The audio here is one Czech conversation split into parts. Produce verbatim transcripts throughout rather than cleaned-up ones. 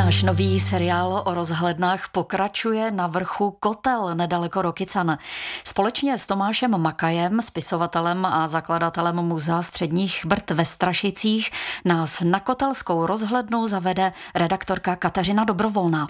Náš nový seriál o rozhlednách pokračuje na vrchu Kotel nedaleko Rokycan. Společně s Tomášem Makajem, spisovatelem a zakladatelem Muzea středních Brd ve Strašicích, nás na kotelskou rozhlednu zavede redaktorka Kateřina Dobrovolná.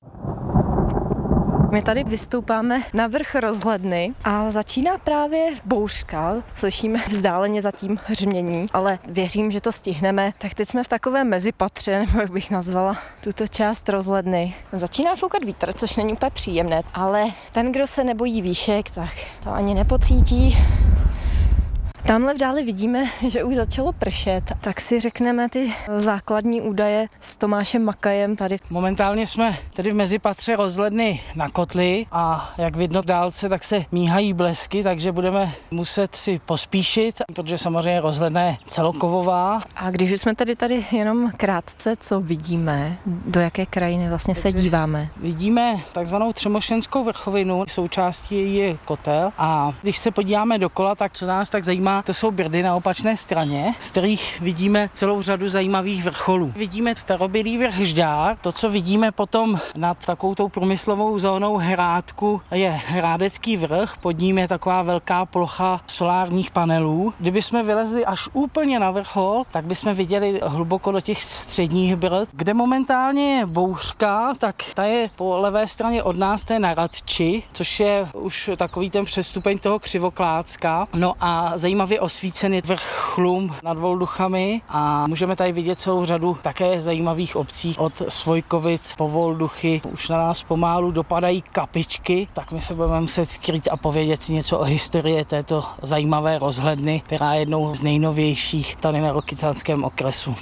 My tady vystoupáme na vrch rozhledny a začíná právě bouřka. Slyšíme vzdáleně zatím hřmění, ale věřím, že to stihneme. Tak teď jsme v takové mezipatře, nebo jak bych nazvala tuto část rozhledny. Začíná foukat vítr, což není úplně příjemné, ale ten, kdo se nebojí výšek, tak to ani nepocítí. Tamhle v dáli vidíme, že už začalo pršet, tak si řekneme ty základní údaje s Tomášem Makajem tady. Momentálně jsme tedy v mezipatře rozhledny na Kotli a jak vidno v dálce, tak se míhají blesky, takže budeme muset si pospíšit, protože samozřejmě rozhledna je celokovová. A když už jsme tady tady jenom krátce, co vidíme, do jaké krajiny vlastně se díváme? Vidíme takzvanou Třemošenskou vrchovinu, součástí její je Kotel, a když se podíváme dokola, tak co nás tak zajímá, to jsou Brdy na opačné straně, z kterých vidíme celou řadu zajímavých vrcholů. Vidíme starobylý vrch Žďár, to, co vidíme potom nad takovou tou průmyslovou zónou Hrádku, je Hrádecký vrch, pod ním je taková velká plocha solárních panelů. Kdybychom vylezli až úplně na vrchol, tak bychom viděli hluboko do těch středních Brd, kde momentálně je bouřka, tak ta je po levé straně od nás, to je na Radči, což je už takový ten přestupeň toho Křivoklácka. No a zajímavý osvícený vrch Chlum nad Volduchami a můžeme tady vidět celou řadu také zajímavých obcí od Svojkovic po Volduchy. Už na nás pomálu dopadají kapičky, tak my se budeme muset skrýt a povědět si něco o historii této zajímavé rozhledny, která je jednou z nejnovějších tady na Rokycanském okresu.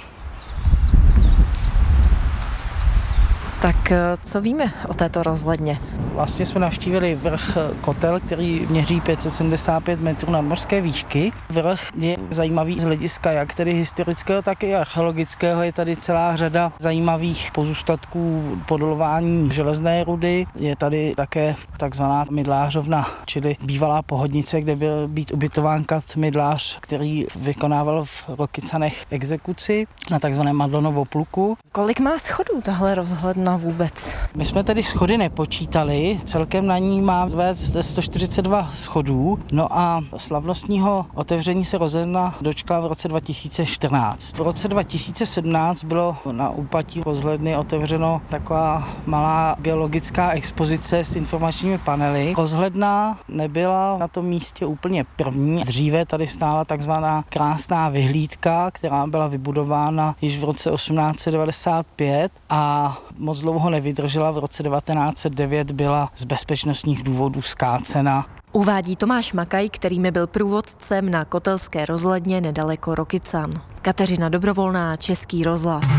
Tak co víme o této rozhledně? Vlastně jsme navštívili vrch Kotel, který měří pět set sedmdesát pět metrů nadmořské výšky. Vrch je zajímavý z hlediska jak tedy historického, tak i archeologického. Je tady celá řada zajímavých pozůstatků podolování železné rudy. Je tady také takzvaná mydlářovna, čili bývalá pohodnice, kde byl být ubytován kat mydlář, který vykonával v Rokycanech exekuci na takzvaném Madlonovo pluku. Kolik má schodů tahle rozhledna vůbec? My jsme tedy schody nepočítali, celkem na ní má vést sto čtyřicet dva schodů, no a slavnostního otevření se rozhledna dočkala v roce dva tisíce čtrnáct. V roce dva tisíce sedmnáct bylo na úpatí rozhledny otevřeno taková malá geologická expozice s informačními panely. Rozhledna nebyla na tom místě úplně první. Dříve tady stála takzvaná krásná vyhlídka, která byla vybudována již v roce osmnáct set devadesát pět a moc dlouho nevydržela. V roce devatenáct set devět byla z bezpečnostních důvodů zkácena. Uvádí Tomáš Makaj, který mi byl průvodcem na kotelské rozhledně nedaleko Rokycan. Kateřina Dobrovolná, Český rozhlas.